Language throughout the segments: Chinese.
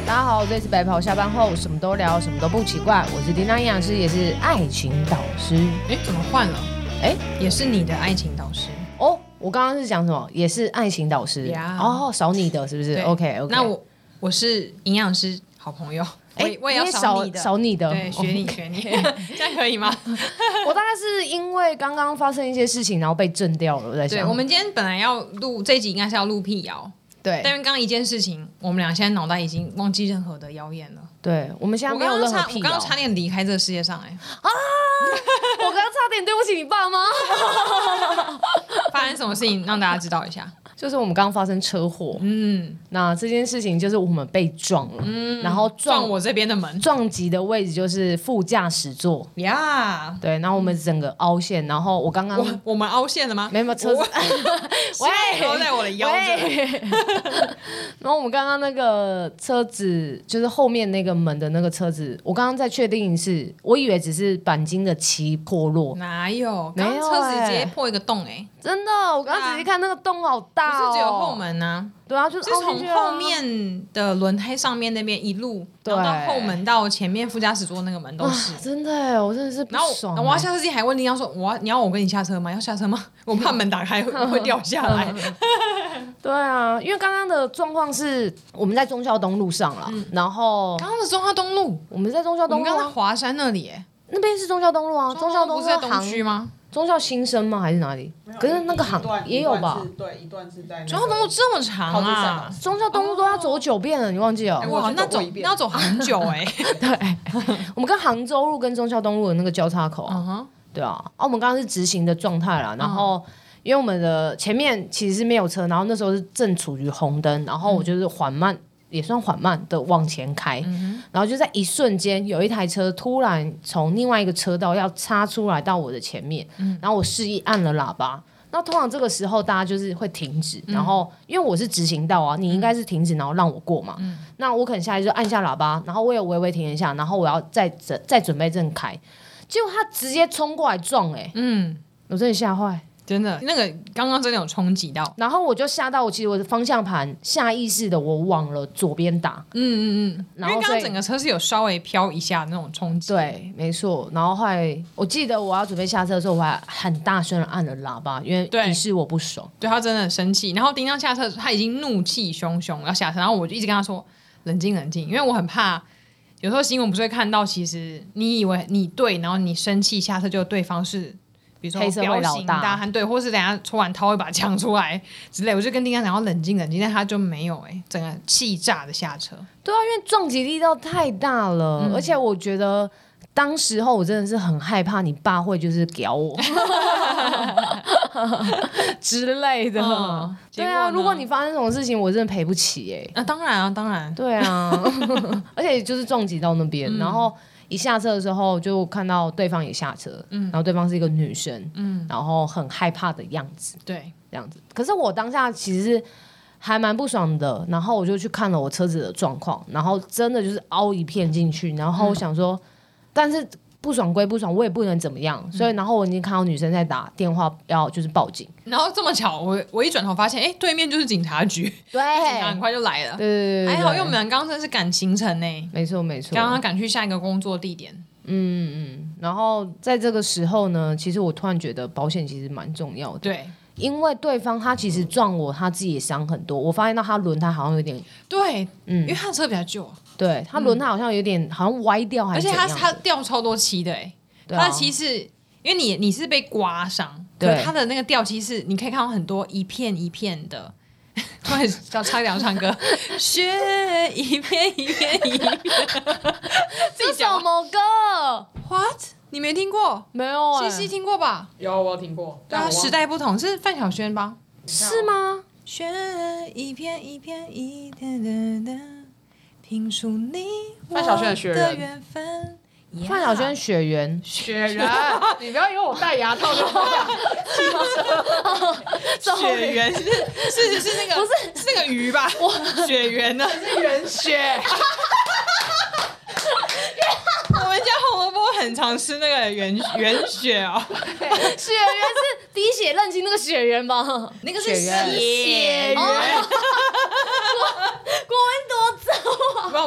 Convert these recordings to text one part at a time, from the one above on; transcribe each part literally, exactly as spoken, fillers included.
大家好，这里是白袍下班后什么都聊，什么都不奇怪。我是叮当营养师，也是爱情导师。 哎，怎么换了？ 哎， 也是你的爱情导师哦。我刚刚是讲什么？也是爱情导师。Yeah. 哦，少你的是不是 ？OK OK。 那我我是营养师好朋友。哎，我也要少你的， 少你的， 对，学你学你，这样可以吗？ 我大概是因为刚刚发生一些事情，然后被震掉了。我在想， 对，我们今天本来要录这一集，应该是要录辟谣， 对， 但因为刚刚一件事情，我们俩现在脑袋已经忘记任何的谣言了。 对，我们现在没有任何辟谣。 我刚刚差点离开这个世界上，哎啊！我刚刚差点对不起你爸妈。 发生什么事情让大家知道一下？ 就是我们刚刚发生车祸，嗯，那这件事情就是我们被撞了，嗯，然后 撞, 撞我这边的门， 撞击的位置就是副驾驶座呀， yeah. 对，然后我们整个凹陷，然后我刚刚我, 我们凹陷了吗？ 没有车子， 喂，凹在我的腰上。 然后我们刚刚那个车子就是后面那个门的那个车子，我刚刚在确定是，我以为只是钣金的漆破落， 哪有？刚刚车子直接破一个洞哎、欸， 真的，我刚刚仔细看那个洞好大。 不是只有后门啊， 对啊，就是从后面的轮胎上面那边一路，然后到后门到前面副驾驶座那个门都是， 真的耶，我真的是不爽。 然后我要下车之前还问林阳说：“我你要我跟你下车吗？要下车吗？我怕门打开会掉下来。” 对啊，因为刚刚的状况是我们在忠孝东路上啦，嗯、然后刚刚的忠孝东路， 我们在忠孝东路、啊， 我们刚刚在华山那里耶， 那边是忠孝东路啊，忠孝东路不是在东区吗？ 忠孝新生吗？还是哪里？可是那个行也有吧？ 对，一段是在忠孝东路这么长啊！ 忠孝东路都要走九遍了，你忘记了？ 哇，那走那要走很久哎。 对，我们跟杭州路跟忠孝东路的那个交叉口啊，对啊，啊，我们刚刚是直行的状态啦，然后因为我们的前面其实是没有车，然后那时候是正处于红灯，然后我就是缓慢。也算缓慢的往前开、嗯、然后就在一瞬间有一台车突然从另外一个车道要插出来到我的前面、嗯、然后我示意按了喇叭，那通常这个时候大家就是会停止、嗯、然后因为我是直行道啊，你应该是停止然后让我过嘛、嗯、那我可能下来就按下喇叭，然后我有微微停一下，然后我要再再准备正开，结果他直接冲过来撞哎、欸，嗯，我真的吓坏， 真的，那个刚刚真的有冲击到， 然后我就吓到我，其实我的方向盘下意识的我往了左边打， 嗯嗯嗯，然后因为刚刚整个车是有稍微飘一下那种冲击， 对，没错。然后后来我记得我要准备下车的时候，我还很大声的按了喇叭，因为以示我不爽。 对，他真的很生气，然后叮当下车，他已经怒气汹汹要下车，然后我就一直跟他说冷静冷静，因为我很怕。有时候新闻不是会看到，其实你以为你对，然后你生气下车，就对方是。比如说彪形大汉对，或是等一下突然掏一把枪出来之类，我就跟丁刚讲要冷静冷静，但他就没有哎、欸，整个气炸的下车。 对啊，因为撞击力道太大了、嗯，而且我觉得当时候我真的是很害怕你爸会就是屌我之类的、嗯。对啊，如果你发生这种事情，我真的赔不起哎、 欸。啊，当然啊，当然。 对啊，而且就是撞击到那边、嗯，然后。一下车的时候就看到对方也下车、嗯、然后对方是一个女生、嗯、然后很害怕的样子， 对， 这样子。可是我当下其实是还蛮不爽的，然后我就去看了我车子的状况，然后真的就是凹一片进去，然后我想说、嗯、但是不爽归不爽，我也不能怎么样、嗯、所以然后我已经看到女生在打电话要就是报警， 然后这么巧我我一转头发现哎，对面就是警察局， 对， 警察很快就来了， 对对 对, 对， 还好因为我们刚刚真的是赶行程呢， 没错没错， 刚刚赶去下一个工作地点， 嗯嗯，然后在这个时候呢，其实我突然觉得保险其实蛮重要的， 对， 因为对方他其实撞我，他自己也伤很多，我发现到他轮胎好像有点， 对，嗯，因为他的车比较旧， 对他轮胎好像有点、嗯、好像歪掉还是怎样， 而且他他掉超多漆的哎。它的漆是因为你你是被刮伤，对，它的那个掉漆是你可以看到很多一片一片的，突然要差点要唱歌，雪一片一片一片， 这什么歌 ？What？ 你没听过？ 没有哎、 欸，西西听过吧？ 有，我有听过。 对啊，时代不同，是范晓萱吧？ 是吗？ 雪一片一片一片的，拼出你范晓萱的雪人。 缘分。 范晓萱雪人， 雪人，你不要以为我戴牙套就这样。 雪人是是是那个不是是那个鱼吧？雪人呢是圆雪。 我们家红萝卜很常吃那个圆圆雪哦， 雪人是滴血认亲那个雪人吧？ 那个是血缘。 国文多糟啊！ 不然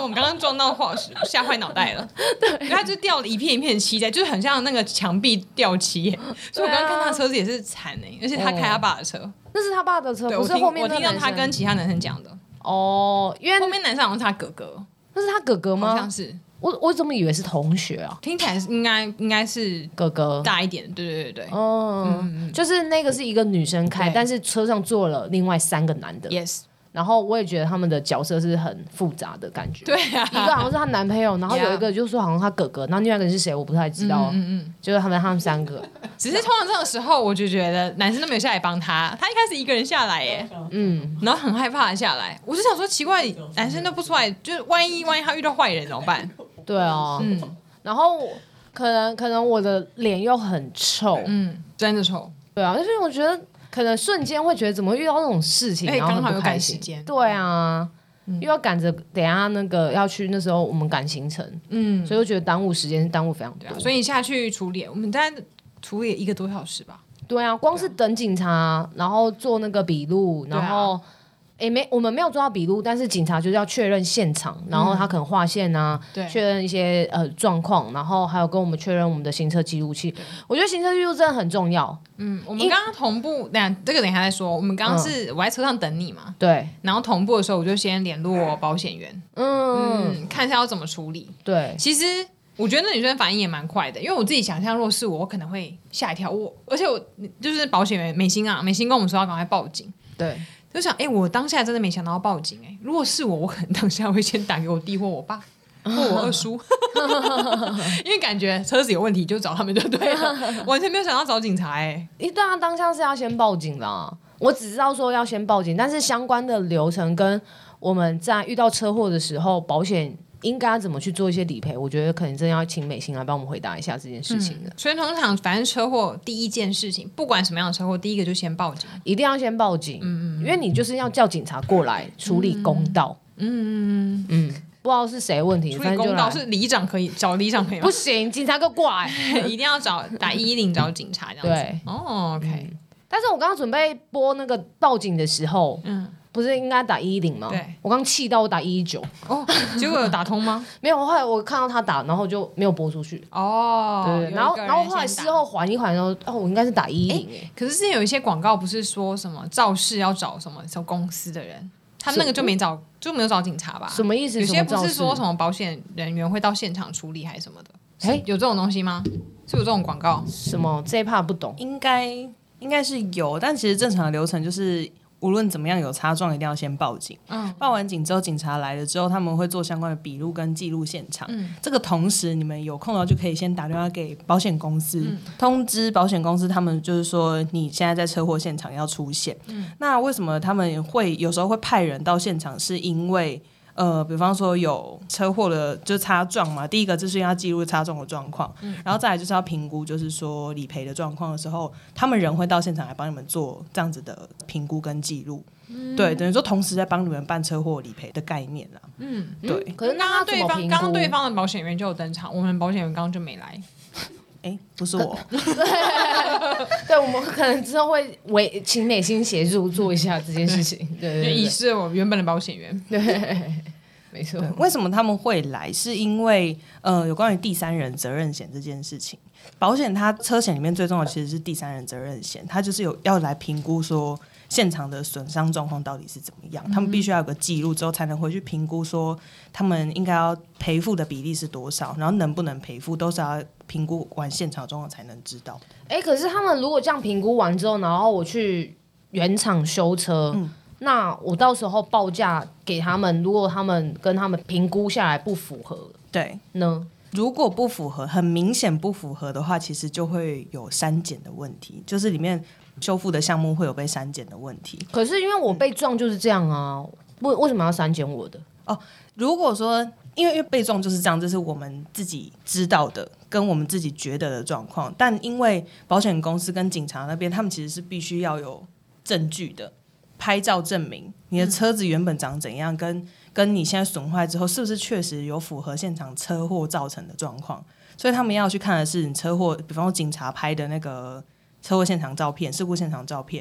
我们刚刚撞到化石，吓坏脑袋了。对，因为它就掉了一片一片漆在，就是很像那个墙壁掉漆耶。所以我刚刚看他的车子也是惨哎，而且他开他爸的车， 哦、那是他爸的车， 对不是后面我听到他跟其他男生讲的。 哦，因为后面男生好像是他哥哥， 那是他哥哥吗？ 好像是。 我我怎么以为是同学啊？ 听起来应该应该是哥哥大一点，对对对对。 哦、嗯，嗯就是那个是一个女生开，但是车上坐了另外三个男的。 Yes。 然后我也觉得他们的角色是很复杂的感觉。 对啊， 一个好像是她男朋友，然后有一个就说好像她哥哥，然后另外一个人是谁我不太知道。嗯 嗯, 嗯就是他们他们三个。 只是通常这种时候，我就觉得男生都没有下来帮他，他一开始一个人下来耶，嗯，然后很害怕的下来。我就想说奇怪，男生都不出来，就是万一万一他遇到坏人怎么办？ 对啊，嗯，然后可能可能我的脸又很臭， 嗯，真的臭。 对啊，就是我觉得。可能瞬间会觉得怎么遇到那种事情，然后刚好又赶时间， 对啊，嗯、又要赶着等一下那个要去，那时候我们赶行程，嗯，所以我觉得耽误时间是耽误非常多、啊， 所以你下去处理，我们大概处理一个多小时吧。 对啊，光是等警察，然后做那个笔录，然后。也没，我们没有做到笔录，但是警察就是要确认现场，然后他可能划线啊，确、嗯、认一些呃状况，然后还有跟我们确认我们的行车记录器。我觉得行车记录真的很重要。 嗯，我们刚刚同步，等下这个等一下再说。我们刚刚是、嗯、我在车上等你嘛， 对， 然后同步的时候我就先联络保险员，嗯, 嗯，看一下要怎么处理。 对， 其实我觉得那女生反应也蛮快的，因为我自己想象，如果是我，我可能会吓一跳。我而且我就是保险员美心啊，美心跟我们说要赶快报警。 对。 就想，哎、欸，我当下真的没想到要报警、欸，哎，如果是我，我可能当下会先打给我弟或我爸或我二叔，因为感觉车子有问题就找他们就对了，完全没有想到找警察、欸，哎， 一对啊，当下是要先报警啦。我只知道说要先报警，但是相关的流程跟我们在遇到车祸的时候，保险应该怎么去做一些理赔，我觉得可能真的要请美心来帮我们回答一下这件事情的、嗯。 所以通常反正车祸第一件事情，不管什么样的车祸，第一个就先报警， 一定要先报警，嗯嗯，因为你就是要叫警察过来处理公道，嗯嗯嗯，不知道是谁的问题， 处理公道是里长可以找里长可以吗？ 不行，警察给我过来， 一定要找打一一零找警察这样子。对，哦 ，OK、嗯。 但是我刚刚准备播那个报警的时候，嗯。不是应该打一一零吗？ 对， 我刚气到我打一一九， 哦，结果有打通吗？ 没有，后来我看到他打，然后就没有拨出去。 哦， 对，然后然后后来事后缓一缓，然后哦，我应该是打一一零哎。 可是之前有一些广告不是说什么肇事要找什么找公司的人，他那个就没找就没有找警察吧？ 什么意思？ 有些不是说什么保险人员会到现场处理还是什么的？哎，有这种东西吗？是有这种广告？ 什么这一趴不懂？ 应该应该是有，但其实正常的流程就是。无论怎么样有擦撞，一定要先报警。嗯，报完警之后，警察来了之后，他们会做相关的笔录跟记录现场。嗯，这个同时你们有空的话就可以先打电话给保险公司，嗯、通知保险公司，他们就是说你现在在车祸现场要出现。嗯，那为什么他们会有时候会派人到现场？是因为呃，比方说有车祸的，就擦撞嘛。第一个就是要记录擦撞的状况，嗯、然后再来就是要评估，就是说理赔的状况的时候，他们人会到现场来帮你们做这样子的评估跟记录。嗯、对，等于说同时在帮你们办车祸理赔的概念啦。嗯，对。 可是刚刚对方刚刚对方的保险员就有登场，我们保险员刚刚就没来。 哎，不是我。 对，对，我们可能之后会委请美心协助做一下这件事情。对对对， 以示我原本的保险员。 对，没错。 为什么他们会来？是因为呃，有关于第三人责任险这件事情。保险它车险里面最重要的其实是第三人责任险，它就是有要来评估说现场的损伤状况到底是怎么样，嗯、他们必须要有个记录之后才能回去评估说他们应该要赔付的比例是多少，然后能不能赔付都是要评估完现场状况才能知道。 哎，可是他们如果这样评估完之后，然后我去原厂修车，嗯、那我到时候报价给他们，如果他们跟他们评估下来不符合， 对呢？ 如果不符合，很明显不符合的话，其实就会有删减的问题，就是里面修复的项目会有被删减的问题。 可是因为我被撞就是这样啊，为为什么要删减我的？ 哦，如果说因为被撞就是这样，这是我们自己知道的，跟我们自己觉得的状况，但因为保险公司跟警察那边，他们其实是必须要有证据的，拍照证明你的车子原本长怎样，跟跟你现在损坏之后是不是确实有符合现场车祸造成的状况，所以他们要去看的是你车祸，比方说警察拍的那个车祸现场照片、事故现场照片，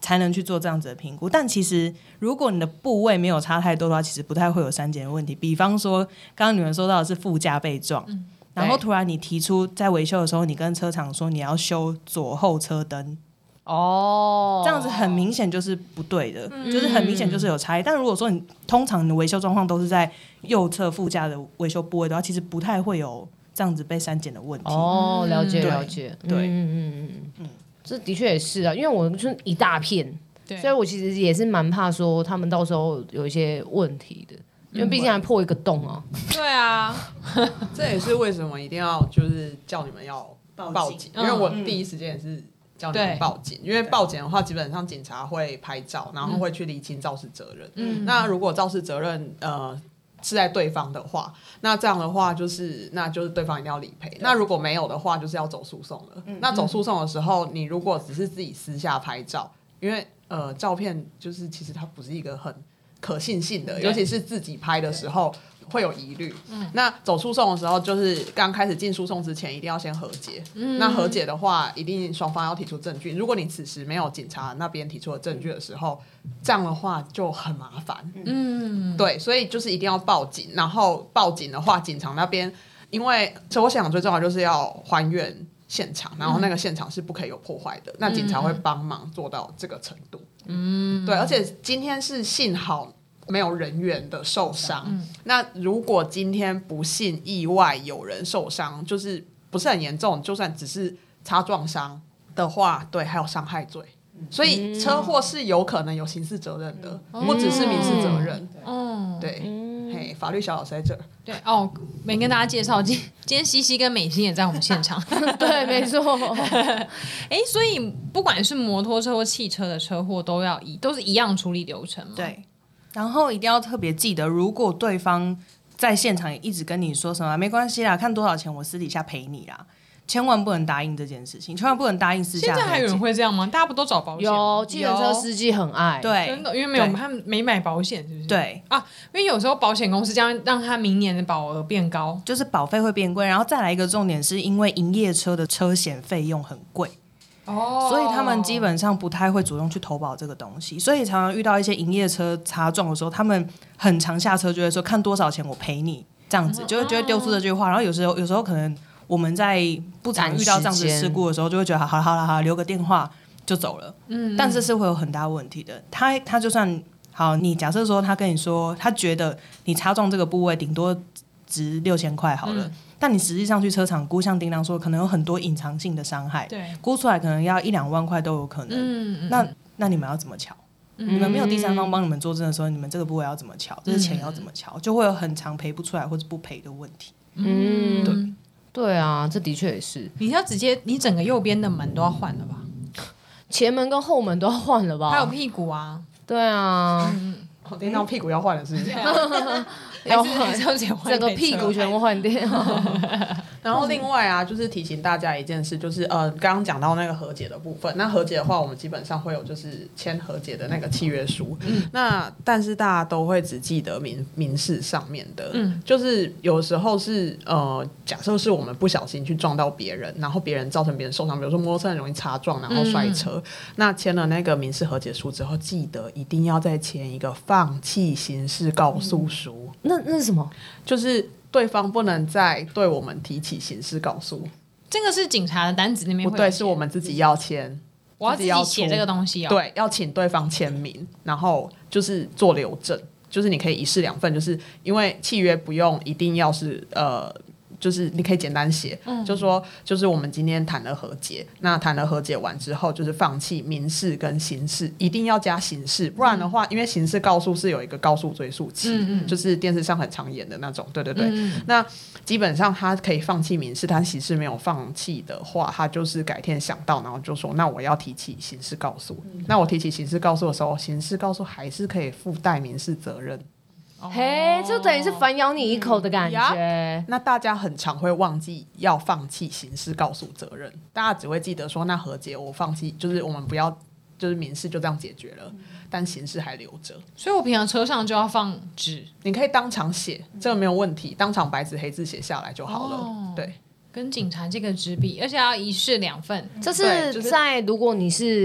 才能去做这样子的评估。但其实如果你的部位没有差太多的话，其实不太会有删减的问题。比方说刚刚你们说到的是副驾被撞、嗯、然后突然你提出在维修的时候你跟车厂说你要修左后车灯哦，这样子很明显就是不对的、嗯、就是很明显就是有差异。但如果说你通常你的维修状况都是在右侧副驾的维修部位的话，其实不太会有这样子被删减的问题。 哦，了解了解， 对， 嗯嗯嗯嗯，这的确也是啊，因为我就是一大片，所以我其实也是蛮怕说他们到时候有一些问题的，因为毕竟还破一个洞啊。 对啊， 这也是为什么一定要就是叫你们要报警，因为我第一时间也是叫你们报警，因为报警的话，基本上警察会拍照，然后会去厘清肇事责任。嗯，那如果肇事责任呃是在对方的话，那这样的话就是那就是对方一定要理赔。那如果没有的话，就是要走诉讼了。嗯、那走诉讼的时候，你如果只是自己私下拍照，因为呃照片就是其实它不是一个很可信性的，尤其是自己拍的时候会有疑虑。嗯，那走诉讼的时候，就是刚开始进诉讼之前，一定要先和解。嗯，那和解的话，一定双方要提出证据。如果你此时没有警察那边提出的证据的时候，这样的话就很麻烦。嗯，对，所以就是一定要报警。然后报警的话，警察那边，因为车祸现场最重要就是要还原现场，然后那个现场是不可以有破坏的，嗯、那警察会帮忙做到这个程度。嗯，对，而且今天是幸好没有人员的受伤、嗯、那如果今天不幸意外有人受伤，就是不是很严重，就算只是擦撞伤的话，对，还有伤害罪，所以车祸是有可能有刑事责任的、嗯、不只是民事责任。嗯，对、嗯、嘿，法律小老师在这。 对哦，没跟大家介绍，今今天西西跟美心也在我们现场。 对，没错。 哎，所以不管是摩托车或汽车的车祸，都要一都是一样处理流程吗？ 对。然后一定要特别记得，如果对方在现场也一直跟你说什么没关系啦，看多少钱我私底下赔你啦，千万不能答应这件事情，千万不能答应私下。 现在还有人会这样吗？大家不都找保险？ 有，计程车司机很爱， 对， 真的，因为没有他们没买保险，是不是？ 对啊，因为有时候保险公司这样让他明年的保额变高， 就是保费会变贵，然后再来一个重点是因为营业车的车险费用很贵。Oh. 所以他们基本上不太会主动去投保这个东西，所以常常遇到一些营业车擦撞的时候，他们很常下车就会说看多少钱我赔你，这样子就会就会丢出这句话。然后有时候有时候可能我们在不常遇到这样子的事故的时候，就会觉得好了好了好了，留个电话就走了。嗯，但这是会有很大问题的。他他就算好，你假设说他跟你说他觉得你擦撞这个部位顶多值六千块好了。嗯，但你实际上去车厂估，像叮当说，可能有很多隐藏性的伤害，对，估出来可能要一两万块都有可能。嗯嗯，那那你们要怎么瞧？嗯、你们没有第三方帮你们做证的时候，你们这个部位要怎么瞧？这是钱要怎么瞧？就会有很常赔不出来或者不赔的问题。 嗯，对对啊，这的确也是。 你要直接，你整个右边的门都要换了吧？ 前门跟后门都要换了吧？ 还有屁股啊？ 对啊， 嗯，叮当屁股要换了，是不是？ 要换，整个屁股全部换掉。 然后另外啊，就是提醒大家一件事，就是呃，刚刚讲到那个和解的部分。那和解的话，我们基本上会有就是签和解的那个契约书。嗯，那但是大家都会只记得民民事上面的，嗯，就是有时候是呃，假设是我们不小心去撞到别人，然后别人造成别人受伤，比如说摩托车很容易擦撞，然后摔车。嗯、那签了那个民事和解书之后，记得一定要再签一个放弃刑事告诉书。 嗯，那那是什么？ 就是对方不能再对我们提起刑事告诉。 这个是警察的单子里面会不对，是我们自己要签。 我要自己写这个东西哦。 对，要请对方签名，然后就是做留证，就是你可以一式两份，就是因为契约不用一定要是呃。就是你可以简单写，嗯、就说就是我们今天谈了和解，那谈了和解完之后，就是放弃民事跟刑事，一定要加刑事，不然的话，嗯、因为刑事告诉是有一个告诉追诉期，嗯嗯就是电视上很常演的那种，对对对。嗯、那基本上他可以放弃民事，但刑事没有放弃的话，他就是改天想到，然后就说那我要提起刑事告诉，嗯、那我提起刑事告诉的时候，刑事告诉还是可以附带民事责任。 嘿，就等于是反咬你一口的感觉。嗯、 那大家很常会忘记要放弃刑事告诉责任，大家只会记得说那和解我放弃，就是我们不要，就是民事就这样解决了，嗯、但刑事还留着。 所以我平常车上就要放纸， 你可以当场写，这个没有问题，当场白纸黑字写下来就好了。哦、对。 跟警察这个纸笔，而且要一式两份。 这是在如果你是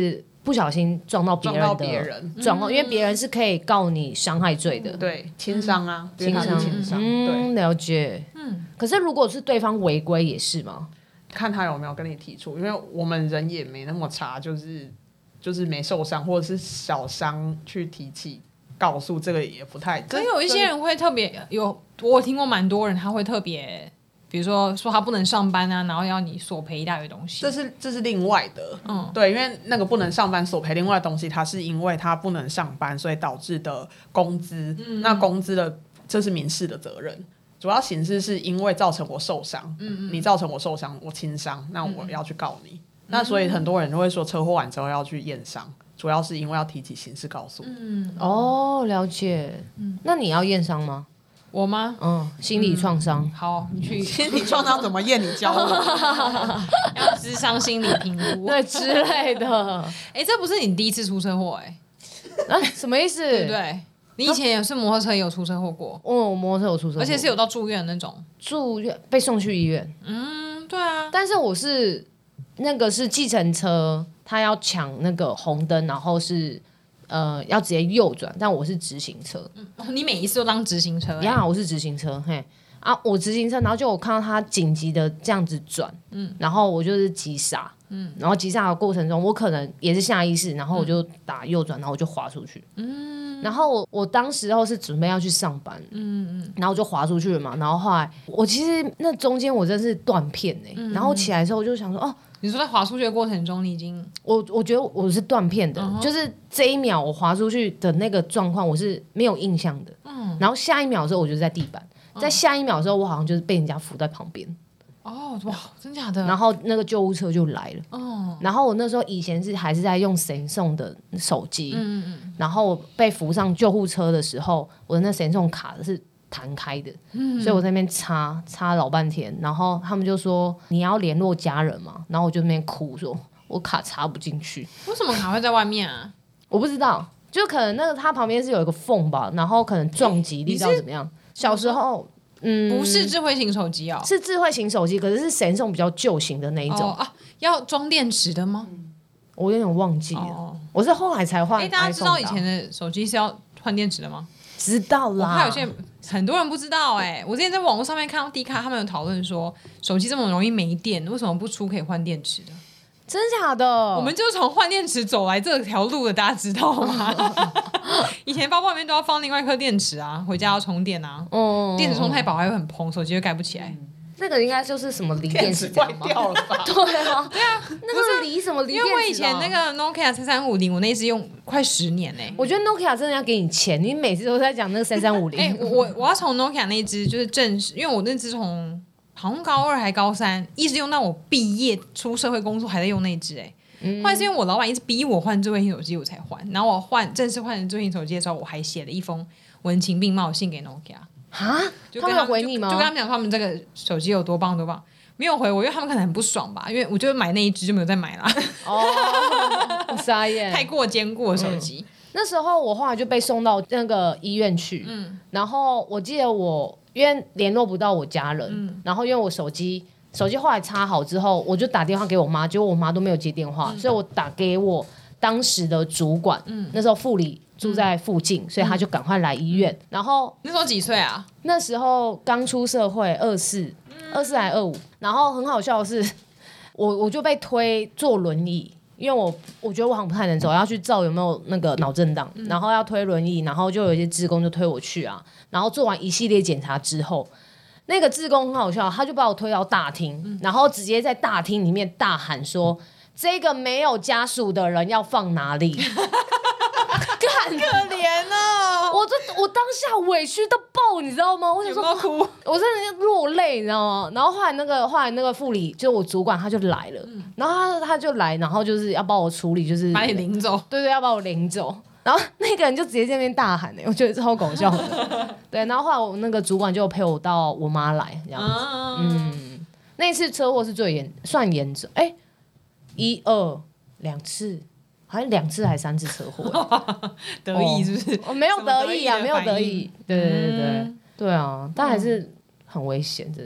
不小心撞到别人的别人状况，因为别人是可以告你伤害罪的， 对，轻伤啊， 轻伤， 轻伤， 嗯，了解，嗯。可是如果是对方违规也是吗？ 看他有没有跟你提出，因为我们人也没那么差，就是就是没受伤或者是小伤去提起告诉，这个也不太。 可是有一些人会特别有，我听过蛮多人他会特别。比如说说他不能上班啊，然后要你索赔一大堆东西， 这是这是另外的，嗯，对，因为那个不能上班索赔另外的东西，它是因为他不能上班，所以导致的工资，嗯、那工资的这是民事的责任，主要刑事是因为造成我受伤，嗯你造成我受伤，我轻伤，那我要去告你，嗯、那所以很多人就会说车祸完之后要去验伤，主要是因为要提起刑事告诉， 嗯，哦，了解，嗯，那你要验伤吗？ 我吗？ 嗯，心理创伤、嗯。 好，你去心理创伤怎么验？你教我。 要諮商心理评估， 对之类的。 哎、欸，这不是你第一次出车祸哎、 欸？啊，什么意思？ 对不对？你以前也是摩托车也有出车祸过？ 哦，摩托车有出车祸， 而且是有到住院的那种。 住院被送去医院。 嗯，对啊。 但是我是那个是计程车，他要抢那个红灯，然后是。呃，要直接右转，但我是直行车。 嗯、你每一次都当直行车、欸？ 呀，我是直行车，嘿啊，我直行车，然后就我看到他紧急的这样子转，嗯，然后我就是急刹，嗯，然后急刹的过程中，我可能也是下意识，然后我就打右转，然后我就滑出去，嗯，然后我我当时候是准备要去上班，嗯嗯，然后我就滑出去了嘛，然后后来我其实那中间我真是断片哎、欸嗯，然后起来之后我就想说哦。 你说在滑出去的过程中，你已经我我觉得我是断片的， uh-huh. 就是这一秒我滑出去的那个状况，我是没有印象的。嗯，然后下一秒的时候，我就在地板，嗯、在下一秒的时候，我好像就是被人家扶在旁边。 哦，哇，真假的？ 然后那个救护车就来了。哦，然后我那时候以前是还是在用神送的手机，嗯嗯，然后被扶上救护车的时候，我的那神送卡是。弹开的、嗯，所以我在那边插插老半天，然后他们就说你要联络家人嘛，然后我就在那边哭说，我卡插不进去。 为什么卡会在外面啊？ 我不知道，就可能那个它旁边是有一个缝吧，然后可能撞击力道怎么样？小时候，嗯， 不是智慧型手机哦， 是智慧型手机，可是是Samsung比较旧型的那一种、 哦、啊，要装电池的吗？ 我有点忘记了，哦、我是后来才换。哎， 大家知道以前的手机是要换电池的吗？ 知道啦， 我怕有些人很多人不知道哎、欸。我之前在网络上面看到 D 卡他们有讨论说，手机这么容易没电，为什么不出可以换电池的？ 真假的？ 我们就是从换电池走来这条路的，大家知道吗？以前包包里面都要放另外一颗电池啊，回家要充电啊。嗯，电池充太饱还会很膨，手机会盖不起来。嗯那个应该就是什么锂电池坏掉了吧？ 对啊，对啊，那个锂什么锂电池、啊？ 因为我以前那个 Nokia 三三五零，我那一支用快十年呢、欸。 我觉得 Nokia 真的要给你钱，你每次都在讲那个三三五零。 哎，我我要从 Nokia 那一支就是正式，因为我那支从好像高二还高三，一直用到我毕业出社会工作还在用那一支哎、欸。嗯、后来是因为我老板一直逼我换智慧型手机，我才换。然后我换正式换成智慧型手机的时候，我还写了一封文情并茂的信给 Nokia。 啊， 就他们有回你吗？ 就, 就跟他们讲他们这个手机有多棒多棒，没有回我，因为他们可能很不爽吧，因为我就买那一只就没有再买啦。 哦，傻眼， 太过坚固的手机、嗯。 那时候我后来就被送到那个医院去，嗯，然后我记得我因为联络不到我家人，嗯、然后因为我手机手机后来插好之后，我就打电话给我妈，结果我妈都没有接电话，嗯、所以我打给我当时的主管，嗯、那时候副理。住在附近、嗯，所以他就赶快来医院。嗯、然后那时候几岁啊？ 那时候刚出社会，二四、二四还二五。然后很好笑的是，我我就被推坐轮椅，因为我我觉得我好像不太能走，要去照有没有那个脑震荡、嗯，然后要推轮椅，然后就有一些志工就推我去啊。然后做完一系列检查之后，那个志工很好笑，他就把我推到大厅、嗯，然后直接在大厅里面大喊说：“这个没有家属的人要放哪里？” 可怜哦！ 我这我当下委屈到爆，你知道吗？我想说有没有哭， 我真的落泪，你知道吗？然后后来那个后来那个副理，就是我主管，他就来了，嗯、然后他他就来，然后就是要帮我处理，就是把你领走， 对对，要把我领走。然后那个人就直接在那边大喊、欸，我觉得超搞笑的。对，然后后来我那个主管就陪我到我妈来这样子，啊、嗯，那一次车祸是最严，算严重，哎、欸，一二两次。好像两次还三次车祸， 得意是不是？ 哦，没有得意啊，没有得意。对对对对，嗯、对啊，但还是很危险，真的是。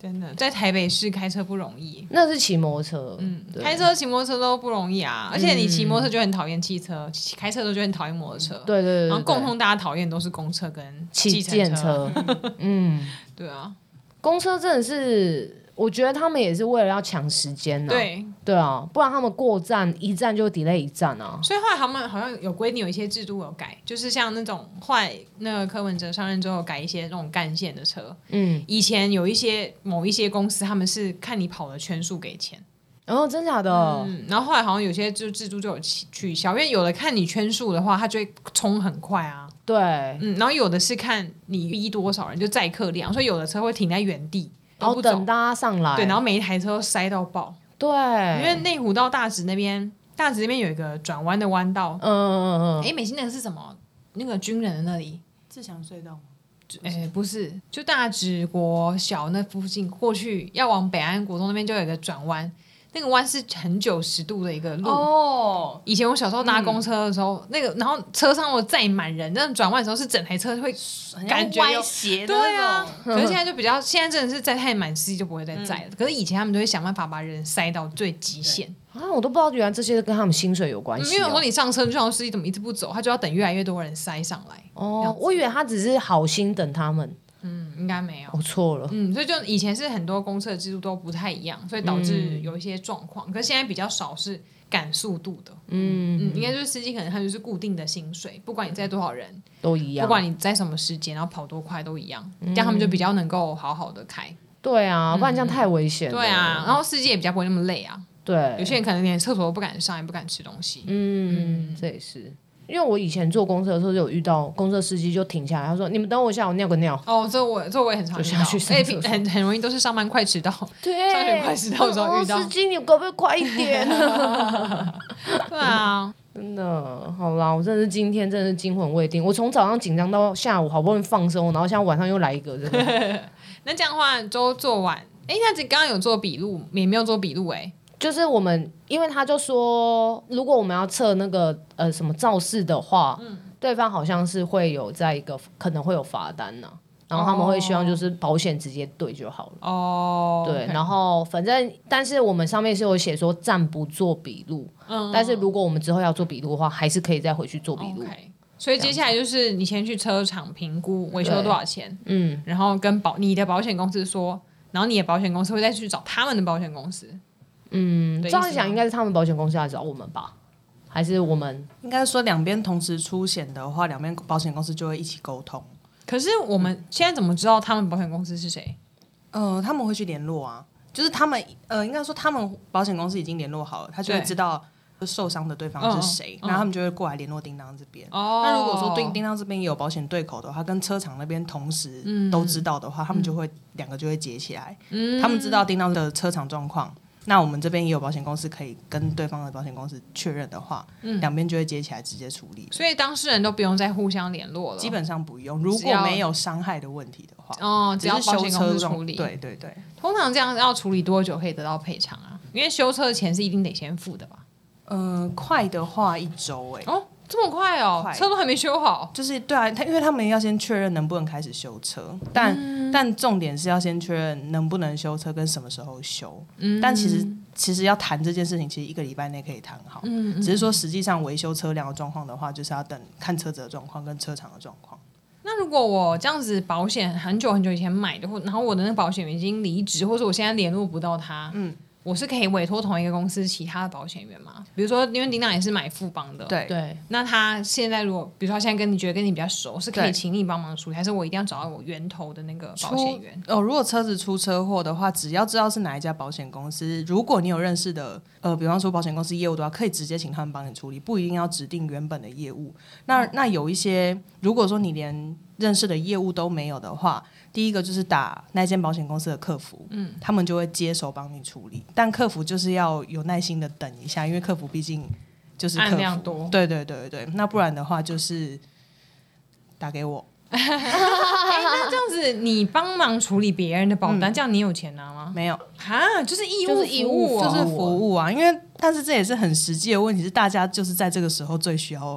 真的在台北市开车不容易， 那是骑摩托车，嗯， 开车骑摩托车都不容易啊，而且你骑摩托车就很讨厌汽车，开车都就很讨厌摩托车， 对对 对, 对， 然后共同大家讨厌都是公车跟骑计程车，嗯， 对啊， 公车真的是。我觉得他们也是为了要抢时间呢、啊， 对对啊，不然他们过站一站就 delay 一站啊。 所以后来他们好像有规定，有一些制度有改，就是像那种后来那个柯文哲上任之后改一些那种干线的车，嗯，以前有一些某一些公司他们是看你跑的圈数给钱， 哦，真假的？ 嗯，然后后来好像有些就制度就有取消，因为有的看你圈数的话，它就会冲很快啊。 对， 嗯，然后有的是看你逼多少人，就载客量，所以有的车会停在原地。 然后等大家上来， 对，然后每一台车都塞到爆。 对， 因为内湖到大直那边，大直那边有一个转弯的弯道。嗯嗯嗯。哎，美心那个是什么？那个军人的那里？ 自强隧道吗？ 哎，不是，就大直国小那附近过去，要往北安国中那边就有一个转弯。那个弯是很九十度的一个路哦。以前我小时候搭公车的时候，嗯、那个然后车上我载满人，那转弯的时候是整台车会感觉歪斜的那种。 对啊，可是现在就比较，现在真的是载太满，司机就不会再载了。嗯、可是以前他们都会想办法把人塞到最极限。 啊，我都不知道原来这些跟他们薪水有关系、哦。 因为有时候你上车，就想司机怎么一直不走，他就要等越来越多人塞上来。 哦，我以为他只是好心等他们。 嗯，应该没有， 我错了。 嗯，所以就以前是很多公车的制度都不太一样，所以导致有一些状况。嗯、可是现在比较少是赶速度的，嗯嗯，应该就是司机可能他就是固定的薪水，不管你载多少人都一样， 不管你载什么时间，然后跑多快都一样，嗯、这样他们就比较能够好好的开。 对啊，不然这样太危险了。 对啊，然后司机也比较不会那么累啊。 对， 有些人可能连厕所都不敢上，也不敢吃东西。 嗯，嗯这也是。因为我以前坐公车的时候就有遇到公车司机就停下来，他说：“你们等我一下，我尿个尿。” 哦，这我这我也很常遇到，哎，很很容易都是上班快迟到， 对， 上学快迟到的时候遇到。 司机，你可不可以快一点？ 对啊， 真的，好啦，我真的是今天真的是惊魂未定，我从早上紧张到下午好不容易放松，然后现在晚上又来一个，真的。 那这样的话都做完，哎，那刚刚有做笔录，也没有做笔录，哎。 就是我们，因为他就说，如果我们要测那个呃什么肇事的话，嗯、对方好像是会有在一个可能会有罚单呢、啊，然后他们会希望就是保险直接对就好了。哦，对， okay. 然后反正但是我们上面是有写说暂不做笔录，嗯，但是如果我们之后要做笔录的话，还是可以再回去做笔录。 Okay. 所以接下来就是你先去车厂评估维修多少钱，嗯，然后跟保你的保险公司说，然后你的保险公司会再去找他们的保险公司。 嗯，这样想应该是他们保险公司来找我们吧，还是我们应该说两边同时出险的话，两边保险公司就会一起沟通。 可是我们现在怎么知道他们保险公司是谁？ 呃，他们会去联络啊，就是他们呃，应该说他们保险公司已经联络好了，他就会知道受伤的对方是谁，然后他们就会过来联络叮当这边。哦，那如果说对叮当这边也有保险对口的话，跟车厂那边同时都知道的话，嗯、他们就会两个就会结起来。嗯，他们知道叮当的车厂状况。那我们这边也有保险公司可以跟对方的保险公司确认的话，嗯、两边就会接起来直接处理。 所以当事人都不用再互相联络了， 基本上不用。如果没有伤害的问题的话， 哦，只要保险公司处理。 对对对。 通常这样要处理多久可以得到赔偿啊？因为修车的钱是一定得先付的吧？ 呃，快的话一周哎、欸。 哦，这么快哦，快车都还没修好。 就是对啊，他因为他们要先确认能不能开始修车，但、嗯、但重点是要先确认能不能修车跟什么时候修。嗯，但其实其实要谈这件事情，其实一个礼拜内可以谈好。嗯，只是说实际上维修车辆的状况的话，就是要等看车子的状况跟车厂的状况。 那如果我这样子保险很久很久以前买的，或然后我的那个保险员已经离职，或者我现在联络不到他，嗯。我是可以委托同一个公司其他的保险员吗？比如说，因为叮当也是买富邦的， 对对。 那他现在如果，比如说他现在跟你觉得跟你比较熟，是可以请你帮忙处理，还是我一定要找到我源头的那个保险员？ 哦，如果车子出车祸的话，只要知道是哪一家保险公司，如果你有认识的，呃，比方说保险公司业务的话，可以直接请他们帮你处理，不一定要指定原本的业务。那、嗯、那有一些，如果说你连认识的业务都没有的话，第一个就是打那间保险公司的客服，嗯，他们就会接手帮你处理。但客服就是要有耐心的等一下，因为客服毕竟就是客服， 案量多。 对对对对，那不然的话就是打给我。 欸、那这样子，你帮忙处理别人的保单、嗯，这样你有钱拿吗？ 没有啊，就是义务， 就是义务、 哦，就是服务啊。因为但是这也是很实际的问题，是大家就是在这个时候最需要。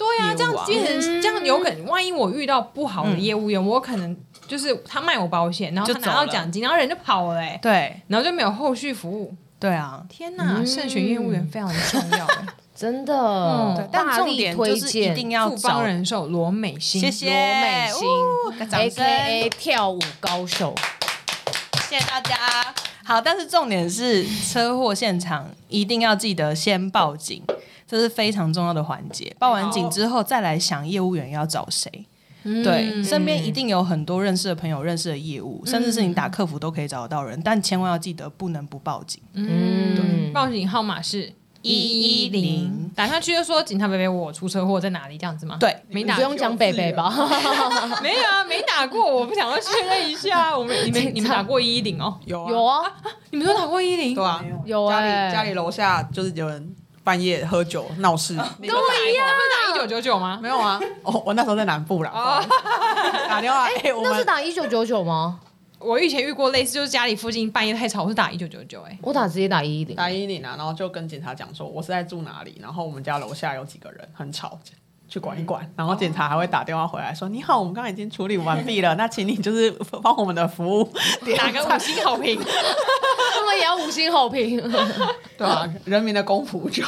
对啊，这样变成这样有可能，万一我遇到不好的业务员，我可能就是他卖我保险，然后他拿到奖金，然后人就跑了哎， 对， 然后就没有后续服务。 对啊， 天哪，慎选业务员非常的重要哎。 真的，嗯、 但重点就是一定要富邦人寿罗美心， 谢谢罗美心、哦、，A K A 跳舞高手， 谢谢大家。好，但是重点是车祸现场一定要记得先报警，这是非常重要的环节。报完警之后，再来想业务员要找谁。嗯、对，身边一定有很多认识的朋友、认识的业务，嗯、甚至是你打客服都可以找得到人，但千万要记得不能不报警。 嗯，对，报警号码是一一零，打上去就说警察伯伯，我出车祸在哪里这样子吗？ 对， 没打，不用讲伯伯吧？ 没有啊，没打过，我不想要确认一下。我们你们你们打过一一零哦？ 有啊， 有啊， 啊你们都打过一一零？ 对啊， 有啊、 欸，家里家里楼下就是有人半夜喝酒闹事，跟我一样，不是打一九九九吗？ 没有啊，哦，我那时候在南部啦，哦、打电话，哎、欸，我们那是打一九九九吗？ 我以前遇过类似，就是家里附近半夜太吵，我是打一九九九，哎， 我打直接打一一零， 打一一零啊，然后就跟警察讲说我是在住哪里，然后我们家楼下有几个人很吵，去管一管，然后警察还会打电话回来说：“你好，我们刚刚已经处理完毕了，那请你就是帮我们的服务打个五星好评。” 他们也要五星好评， 对啊，人民的公仆就。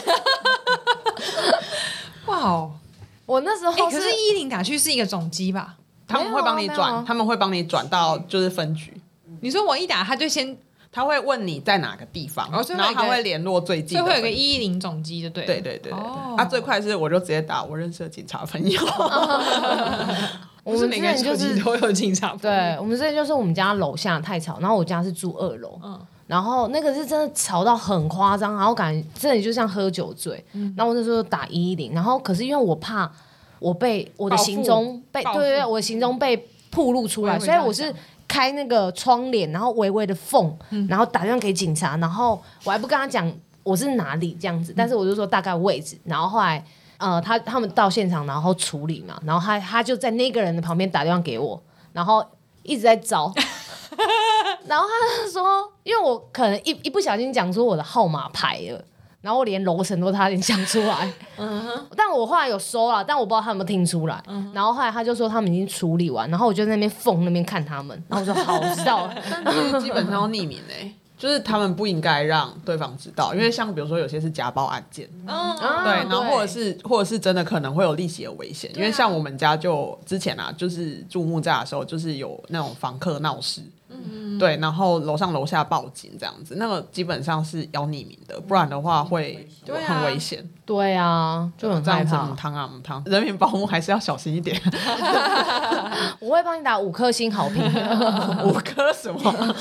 哇哦！ 我那时候是，欸、可是一零打去是一个总机吧？ 他们会帮你转，啊、他们会帮你转到就是分局。 你说我一打，他就先他会问你在哪个地方，哦、然后他会联络最近的， 所以会有个一一零总机，就对了。 对对对对对。哦、啊，最快是我就直接打我认识的警察朋友。 我们每个人手机都有警察朋友。 对，我们之前就是我们家楼下太吵，然后我家是住二楼，嗯，然后那个是真的吵到很夸张，然后感觉真的就像喝酒醉。嗯、然后我那时候打一一零，然后可是因为我怕我被我的行踪被对对对，我的行踪被暴露出来，所以我是开那个窗帘，然后微微的缝，嗯、然后打电话给警察，然后我还不跟他讲我是哪里这样子，但是我就说大概位置，然后后来呃他他们到现场然后处理嘛，然后他他就在那个人的旁边打电话给我，然后一直在找。然后他说，因为我可能一一不小心讲出我的号码牌了，然后我连楼层都差点讲出来，嗯、但我后来有收了，但我不知道他有没有听出来。嗯、然后后来他就说他们已经处理完，然后我就在那边缝那边看他们，然后我说好，我知道了。 但是基本上要匿名哎、欸，就是他们不应该让对方知道，因为像比如说有些是家暴案件，嗯、对，然后或者是或者是真的可能会有利息的危险，因为像我们家就之前啊，就是住木栅的时候，就是有那种房客闹事。嗯、对，然后楼上楼下报警这样子，那个基本上是要匿名的，不然的话会很危险。 对啊，就很害怕。 母汤啊母汤，人民保姆还是要小心一点。 我会帮你打五颗星好评。 五颗什么？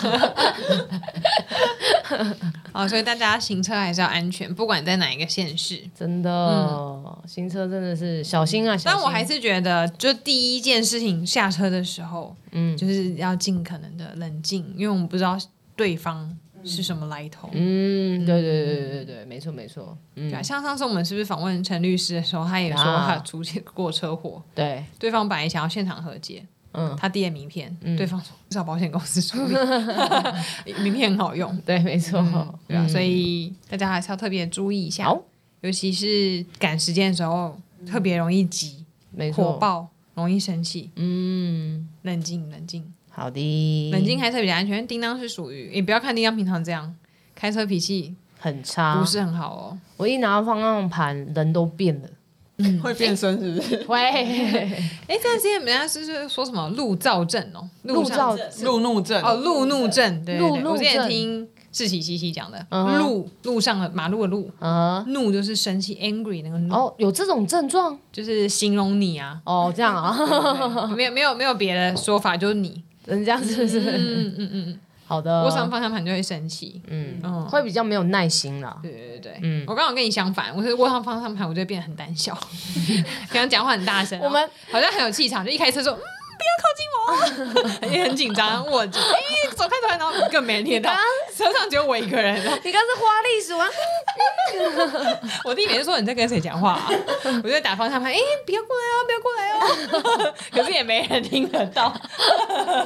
好，所以大家行车还是要安全，不管在哪一个县市。 真的，嗯、行车真的是小心啊！小心。 但我还是觉得，就第一件事情下车的时候，嗯，就是要尽可能的冷静，因为我们不知道对方是什么来头。 嗯，对对对对对，没错没错。嗯， 对啊，像上次我们是不是访问陈律师的时候，他也说他出现过车祸， 对， 对方本来想要现场和解。嗯，他递了名片，嗯、对方说找保险公司处理，名片很好用， 对，没错， 嗯、对啊，嗯、所以大家还是要特别注意一下，尤其是赶时间的时候，特别容易急， 没错， 火爆，容易生气，嗯，冷静，冷静， 好的， 冷静开车比较安全。叮当是属于，你不要看叮当平常这样开车脾气很差， 不是很好哦。 我一拿到方向盘，人都变了。 嗯、会变身是不是？ 会。 哎，这段时间人家是说什么路躁症哦， 路躁路怒症哦，路怒症。对， 路怒症。 我之前听志祺七七讲的，嗯、路路上的马路的路，嗯、怒就是生气 ，angry 那个怒。 哦，有这种症状， 就是形容你啊。 哦，这样啊， 没有没有没有别的说法，就是你， 人家是不是？ 嗯嗯嗯。好的，握上方向盘就会生气，嗯嗯，会比较没有耐心啦。 对对对，嗯，我刚好跟你相反，我是握上方向盘，我就变得很胆小，平常讲话很大声，我们好像很有气场，就一开车说，嗯，不要靠近我，也很紧张，我就哎走开走开，然后更没人听到，车上只有我一个人。 你刚是花栗鼠啊？ 我弟每次说你在跟谁讲话啊？我就打方向盘，哎，不要过来哦，不要过来哦，可是也没人听得到。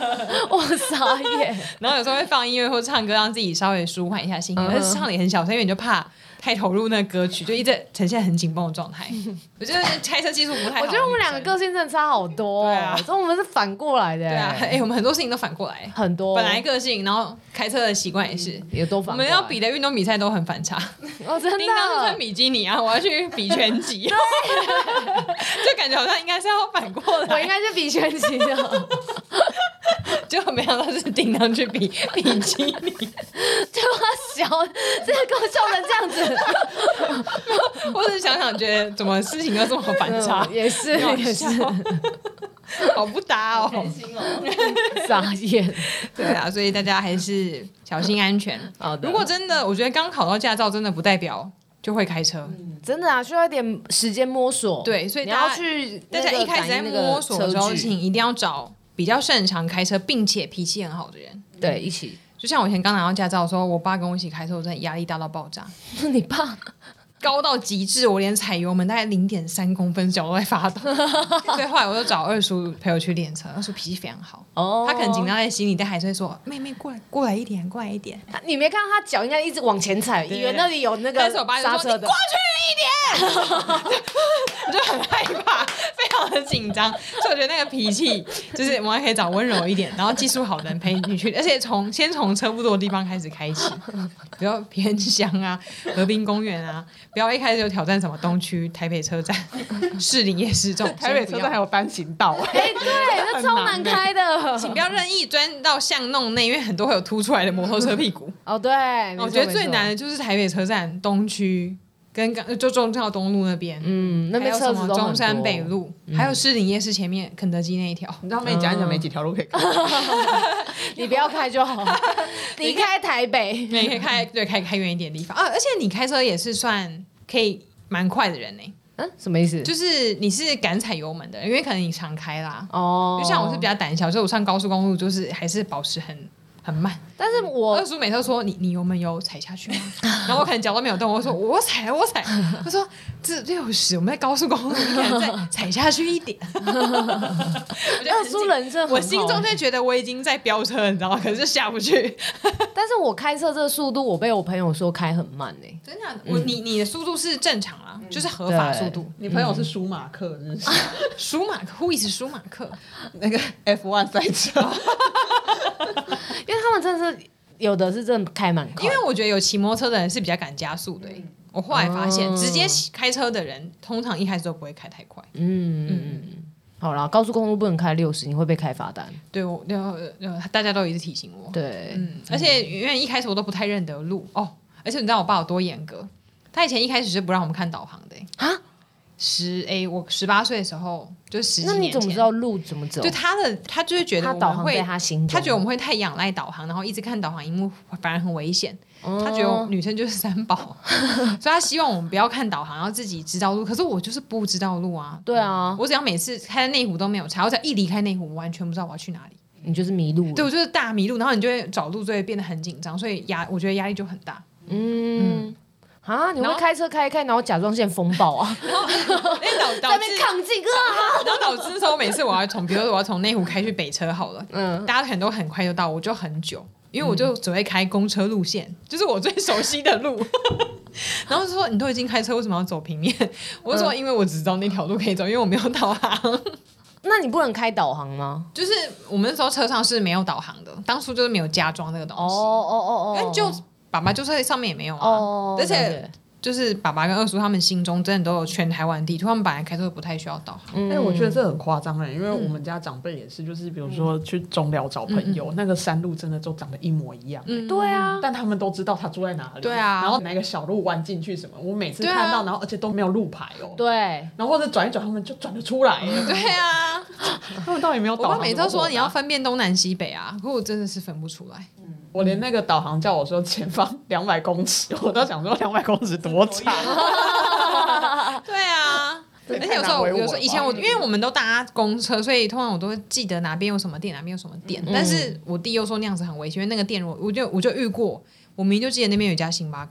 我傻眼。 然后有时候会放音乐或唱歌，让自己稍微舒缓一下心情，但是唱的也很小声，因为你就怕太投入那个歌曲，就一直呈现很紧绷的状态。我觉得开车技术不太好。 我觉得我们两个个性真的差好多、哦，对啊，所以我们是反过来的。 对啊，哎、欸，我们很多事情都反过来， 很多。 本来个性，然后开车的习惯也是， 嗯、也都反过来。 我们要比的运动比赛都很反差。 哦，真的。 叮当是穿比基尼啊，我要去比拳击，就感觉好像应该是要反过来。 我应该是比拳击的。 结果没想到是叮当去比比基尼， 就他笑，这个给我笑成这样子。 我只想想，觉得怎么事情都这么反差， 嗯、也是也是， 好不搭哦， 开心哦， 傻眼。 对啊，所以大家还是小心安全。如果真的，我觉得刚考到驾照，真的不代表就会开车， 嗯、真的啊，需要一点时间摸索。 对，所以你要去大家一开始在摸索的时候，请一定要找比较擅长开车并且脾气很好的人， 对，一起。 就像我以前刚拿到驾照的时候，我爸跟我一起开车，我真的压力大到爆炸。 你爸高到极致，我连踩油门大概零点三公分脚都在发抖。所以后来我就找二叔陪我去练车，二叔脾气非常好，哦，他可能紧张在心里，但还是会说：“妹妹过来，过来一点，过来一点。” 你没看到他脚应该一直往前踩，以为那里有那个刹车的。 过去一点，我就很害怕，非常的紧张。所以我觉得那个脾气，就是我们可以找温柔一点，然后技术好的人陪你去，而且从先从车不多的地方开始开启，比如偏乡啊、河滨公园啊。不要一开始就挑战什么东区、台北车站、士林夜市这种。 台北车站还有单行道， 哎、欸，对，那超难开的。 请不要任意钻到巷弄内，因为很多会有凸出来的摩托车屁股。 哦，对， 我觉得最难的就是台北车站东区跟就忠孝东路那边， 嗯，那边车子都很多。 中山北路，嗯、还有士林夜市前面肯德基那一条。 你知道没讲一讲没几条路可以开。 你不要开就好，离开台北， 你可以开对开开远一点的地方啊！而且你开车也是算可以蛮快的人呢、欸。 嗯，什么意思？ 就是你是敢踩油门的，因为可能你常开啦。 哦， 就像我是比较胆小，所以我上高速公路就是还是保持很很慢。 但是我二叔每次都说你你油门有踩下去吗？然后我可能脚都没有动，我说我踩我踩。他说这六十，我们在高速公路，你可能再踩下去一点。 二叔人生， 我心中就觉得我已经在飙车了，你知道吗？可是就下不去。 但是我开车这个速度，我被我朋友说开很慢呢、欸。 真的，我你你的速度是正常啦，嗯、就是合法速度。 你朋友是舒马克，是不是？ 舒马克 ，Who is 舒马克？ 那个 F 一 赛车。 因为他们真的是有的是真的开蛮快， 因为我觉得有骑摩托车的人是比较敢加速的、欸。嗯、我后来发现，哦、直接开车的人通常一开始都不会开太快。 嗯嗯嗯。好啦，高速公路不能开六十，你会被开罚单。 对，我大家都一直提醒我。 对， 嗯，而且因为一开始我都不太认得路哦，而且你知道我爸有多严格？他以前一开始是不让我们看导航的、欸。啊？十哎，我十八岁的时就就是十几年前。 那你怎么知道路怎么走？ 就他的，他就是觉得我们会， 他, 他, 他觉得我们会太仰赖导航，然后一直看导航荧幕，反而很危险。哦、他觉得女生就是三宝，所以他希望我们不要看导航，然后自己知道路。可是我就是不知道路啊。 对啊， 我只要每次开内湖都没有查，我只要一离开内湖，我完全不知道我要去哪里。 你就是迷路了。 对，我就是大迷路，然后你就会找路就会变得很紧张，所以压，我觉得压力就很大。嗯。嗯啊！你会开车开一开，然后甲状腺风暴啊，然后在那边亢进啊， 然后导致说每次我要从，比如说我要从内湖开去北车好了，嗯，大家可能都很快就到，我就很久，因为我就只会开公车路线，嗯、就是我最熟悉的路。然后就说你都已经开车，为什么要走平面？我就说因为我只知道那条路可以走，因为我没有导航。 那你不能开导航吗？ 就是我们那时候车上是没有导航的，当初就是没有加装这个东西。哦哦哦哦，因为就。爸爸就在上面也没有啊， oh, 而且就是爸爸跟二叔他们心中真的都有全台湾地图，他们本来开车不太需要导航。 哎、嗯欸，我觉得这很夸张哎，因为我们家长辈也是，就是比如说去中寮找朋友，嗯、那个山路真的都长得一模一样。 嗯，对啊， 但他们都知道他住在哪里。 对啊， 然后哪个小路弯进去什么，我每次看到，啊、然后而且都没有路牌哦。 对， 然后或者转一转，他们就转得出来。 对啊， 他们到底没有导航？ 我爸每次都说你要分辨东南西北啊，可我真的是分不出来。 嗯我连那个导航叫我说前方两百公尺，我都想说两百公尺多长。 对啊，而且有时候有时候以前我因为我们都搭公车，所以通常我都会记得哪边有什么店，哪边有什么店。嗯、但是我弟又说那样子很危险，因为那个店我我就我就遇过，我明明就记得那边有一家星巴克，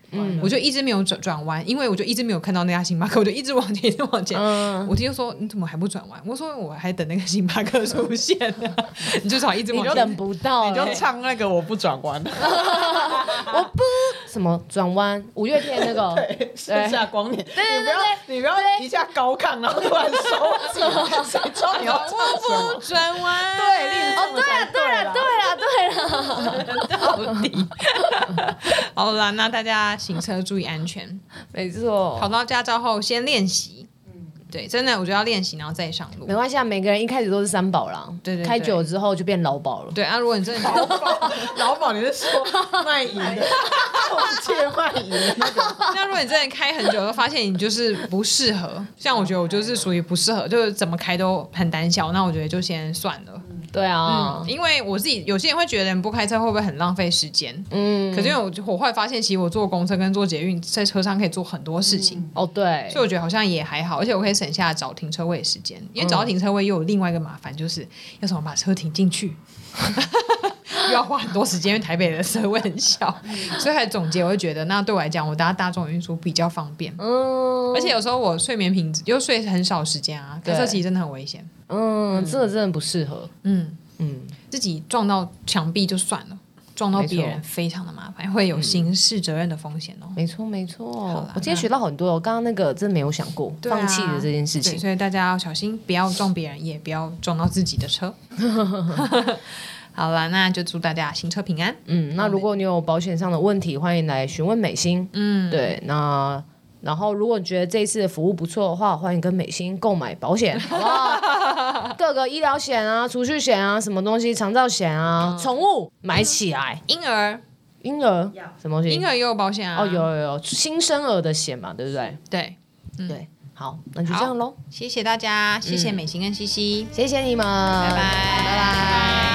嗯，我就一直没有转转弯，因为我就一直没有看到那家星巴克，我就一直往前，一直往前。嗯、我弟就说：“你怎么还不转弯？”我说：“我还等那个星巴克出现呢。”你就少一直往前， 你等不到、欸， 你就唱那个我不转弯， 我不什么转弯，五月天那个， 对，盛夏光年， 对对对对， 你不要一下高亢，然后突然收紧，谁知道你要唱什么？ 不转弯， 对， 哦，对了，对了，对了，对了， 到底。好啦，那大家行车注意安全， 没错。 考到驾照后先练习，嗯，对，真的我觉得要练习，然后再上路。 没关系啊，每个人一开始都是三宝啦， 对对对， 开久了之后就变劳保了。 对啊，如果你真的劳保，劳保你是说卖淫的，借卖淫那个？ 那如果你真的开很久，都发现你就是不适合，像我觉得我就是属于不适合，就是怎么开都很胆小，那我觉得就先算了。 对啊、 嗯，因为我自己有些人会觉得你不开车会不会很浪费时间？嗯，可是因为我我后来发现，其实我坐公车跟坐捷运在车上可以做很多事情。嗯、 哦，对， 所以我觉得好像也还好，而且我可以省下找停车位的时间，因为找到停车位又有另外一个麻烦，就是要怎么把车停进去。又要花很多时间，因为台北的车位很小，所以还总结，我会觉得那对我来讲，我搭大众运输比较方便。嗯，而且有时候我睡眠品质又睡很少时间啊，开车其实真的很危险。 嗯，这个真的不适合。 嗯嗯，自己撞到墙壁就算了，撞到别人非常的麻烦，会有刑事责任的风险哦。 没错没错，我今天学到很多，我刚刚那个真的没有想过、啊、放弃的这件事情， 所以大家要小心，不要撞别人，也不要撞到自己的车。好了，那就祝大家行车平安。 嗯，那如果你有保险上的问题，欢迎来询问美心。嗯，对，那然后如果你觉得这一次的服务不错的话，欢迎跟美心购买保险，好不好？各个医疗险啊、储蓄险啊、什么东西、长照险啊、宠、嗯、物买起来。 婴儿， 婴儿什么东西？ 婴儿也有保险啊？ 哦，有有有，新生儿的险嘛，对不对？ 对， 嗯、对。好，那就这样咯。 谢谢大家，谢谢美心跟西西， 谢谢你们，拜拜拜拜拜。